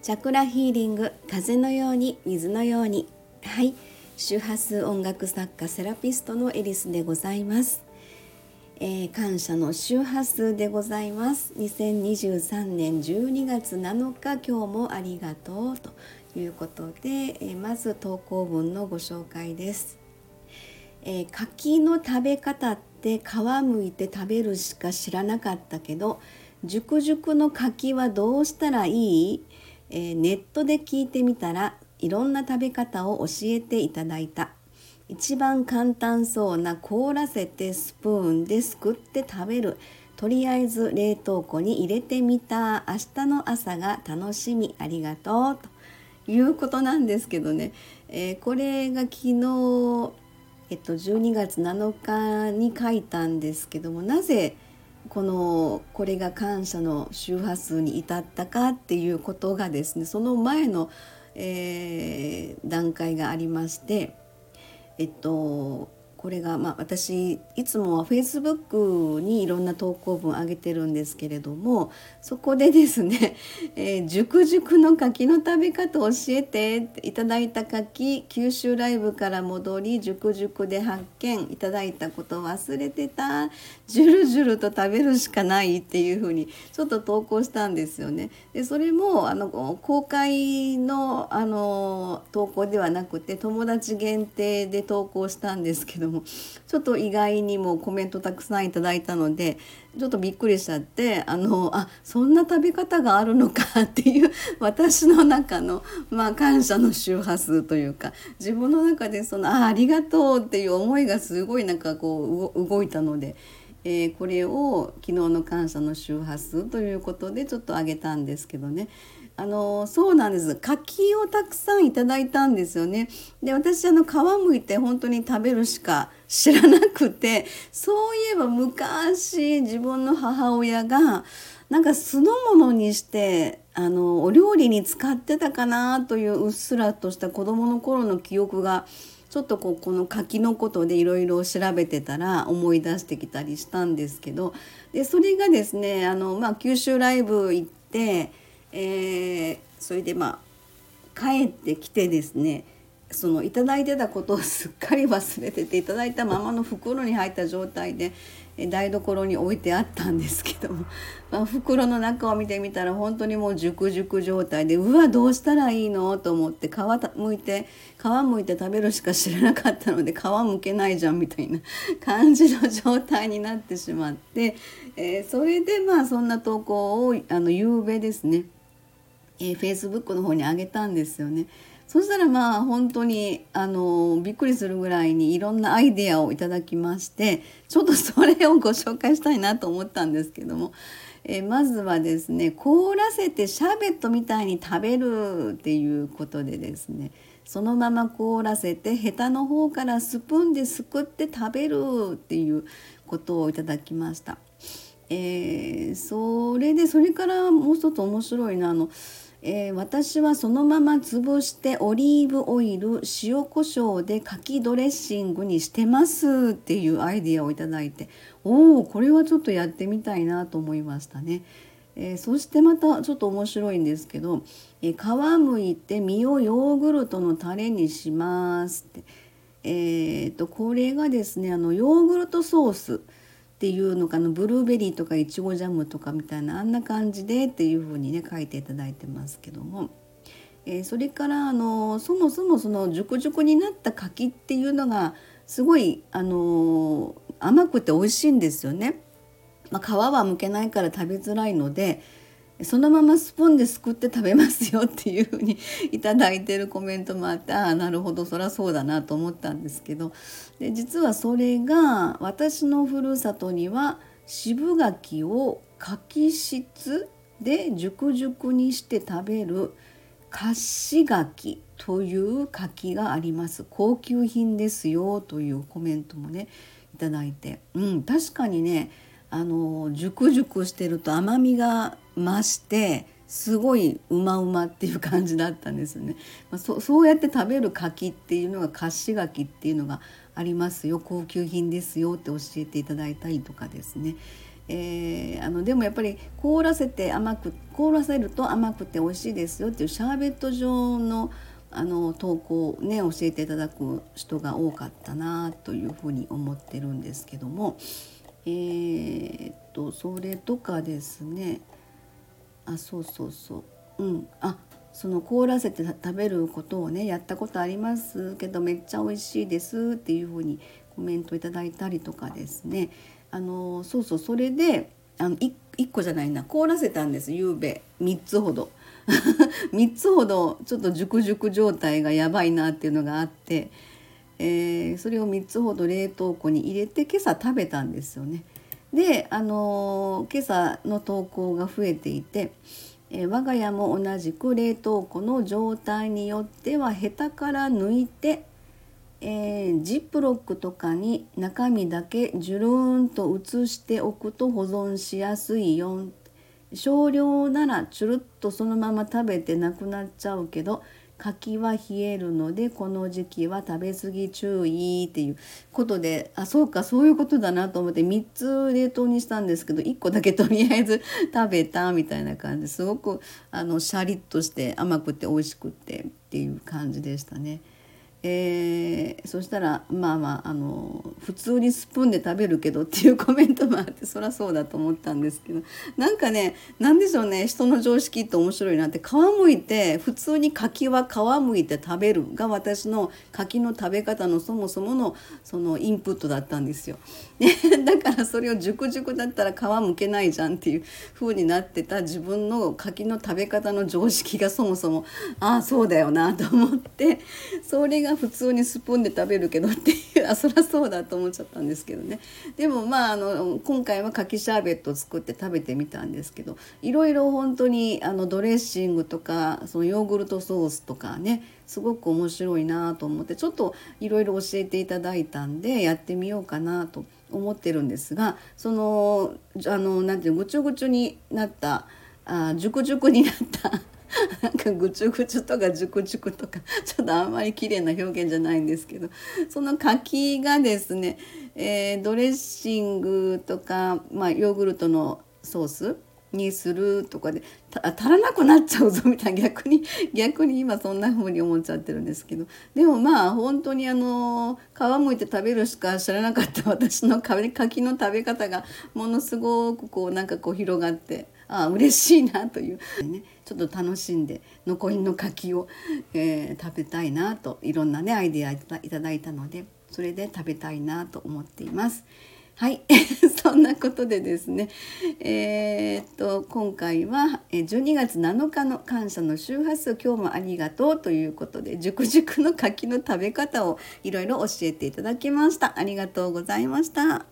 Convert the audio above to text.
チャクラヒーリング、風のように水のように。はい、周波数音楽作家セラピストのエリスでございます。感謝の周波数でございます。2023年12月7日、今日もありがとうということで、まず投稿文のご紹介です。柿の食べ方って皮むいて食べるしか知らなかったけど、熟々の柿はどうしたらいい？ネットで聞いてみたらいろんな食べ方を教えていただいた。一番簡単そうな凍らせてスプーンですくって食べる。とりあえず冷凍庫に入れてみた。明日の朝が楽しみ。ありがとうということなんですけどね、これが昨日、12月7日に書いたんですけども、なぜこれが感謝の周波数に至ったかっていうことがですね、その前の、段階がありまして、これが私いつもは Facebook にいろんな投稿文を上げてるんですけれども、そこでですね、熟々の柿の食べ方を教えていただいた柿、九州ライブから戻り熟々で発見、いただいたこと忘れてた、ジュルジュルと食べるしかないっていうふうにちょっと投稿したんですよね。でそれも公開の投稿ではなくて友達限定で投稿したんですけども、ちょっと意外にもコメントたくさんいただいたのでちょっとびっくりしちゃって、そんな食べ方があるのかっていう私の中の感謝の周波数というか、自分の中でありがとうっていう思いがすごい動いたので、これを昨日の感謝の周波数ということでちょっと上げたんですけどね。そうなんです。柿をたくさんいただいたんですよね。で私皮むいて本当に食べるしか知らなくて、そういえば昔自分の母親が酢の物にしてお料理に使ってたかなといううっすらとした子どもの頃の記憶がちょっとこの柿のことでいろいろ調べてたら思い出してきたりしたんですけど、でそれがですね九州ライブ行って、それで帰ってきてですね、いただいてたことをすっかり忘れてて、いただいたままの袋に入った状態で台所に置いてあったんですけども、袋の中を見てみたら本当にもう熟々状態で、うわどうしたらいいのと思って皮むいて食べるしか知らなかったので、皮むけないじゃんみたいな感じの状態になってしまって、それでそんな投稿を夕べですね、Facebook の方に上げたんですよね。そしたら本当にびっくりするぐらいにいろんなアイデアをいただきまして、ちょっとそれをご紹介したいなと思ったんですけども、まずはですね、凍らせてシャーベットみたいに食べるっていうことでですね、そのまま凍らせてヘタの方からスプーンですくって食べるっていうことをいただきました。それからもう一つ面白いな、私はそのまま潰してオリーブオイル、塩コショウで柿ドレッシングにしてますっていうアイディアをいただいて、これはちょっとやってみたいなと思いましたね。そしてまたちょっと面白いんですけど、皮むいて身をヨーグルトのタレにしますって、これがですねヨーグルトソースっていうのかな、ブルーベリーとかいちごジャムとかみたいなあんな感じでっていう風にね書いていただいてますけども、それからそもそもその熟々になった柿っていうのがすごい甘くて美味しいんですよね。皮は剥けないから食べづらいので、そのままスプーンですくって食べますよっていうふうにいただいてるコメントもあって、なるほどそりゃそうだなと思ったんですけど、で実はそれが私のふるさとには渋柿を柿質で熟々にして食べるカシ柿という柿があります。高級品ですよというコメントもねいただいて、確かにね熟々してると甘みが増してすごいうまうまっていう感じだったんですよね。そうやって食べる柿っていうのがカシ柿っていうのがありますよ、高級品ですよって教えていただいたりとかですね、 でもやっぱり凍らせると甘くて美味しいですよっていうシャーベット状の投稿をね教えていただく人が多かったなというふうに思ってるんですけども、それとかですね、その凍らせて食べることをねやったことありますけどめっちゃ美味しいですっていうふうにコメントいただいたりとかですね、それで1個じゃないな、凍らせたんです。夕べ3つほど3つほどちょっと熟熟状態がやばいなっていうのがあって、それを3つほど冷凍庫に入れて今朝食べたんですよね。で、今朝の投稿が増えていて、我が家も同じく冷凍庫の状態によってはヘタから抜いて、ジップロックとかに中身だけジュルーンと移しておくと保存しやすいよ。少量ならチュルッとそのまま食べてなくなっちゃうけど柿は冷えるのでこの時期は食べ過ぎ注意っていうことで、そうかそういうことだなと思って3つ冷凍にしたんですけど1個だけとりあえず食べたみたいな感じですごくシャリッとして甘くて美味しくてっていう感じでしたね。そしたら普通にスプーンで食べるけどっていうコメントもあってそりゃそうだと思ったんですけど、なんかね、なんでしょうね、人の常識って面白いなって。皮むいて普通に柿は皮むいて食べるが私の柿の食べ方のそもそものそのインプットだったんですよ。だからそれを熟々だったら皮むけないじゃんっていう風になってた自分の柿の食べ方の常識がそもそもそうだよなと思って、それが普通にスプーンで食べるけどっていうそりゃそうだと思っちゃったんですけどね。でも今回は柿シャーベットを作って食べてみたんですけど、いろいろ本当にドレッシングとかそのヨーグルトソースとかねすごく面白いなと思ってちょっといろいろ教えていただいたんでやってみようかなと思ってるんですが、なんていうぐちゅぐちゅになった熟々になったなんかぐちゅぐちゅとかじゅくじゅくとかちょっとあんまり綺麗な表現じゃないんですけど、その柿がですね、ドレッシングとか、ヨーグルトのソースにするとかで足らなくなっちゃうぞみたいな逆に今そんな風に思っちゃってるんですけど、でも本当に皮むいて食べるしか知らなかった私の柿の食べ方がものすごく広がって嬉しいなというね、ちょっと楽しんで残りの柿を、食べたいなといろんなねアイデアいただいたのでそれで食べたいなと思っています。はいそんなことでですね、今回は12月7日の感謝の周波数今日もありがとうということで熟々の柿の食べ方をいろいろ教えていただきました。ありがとうございました。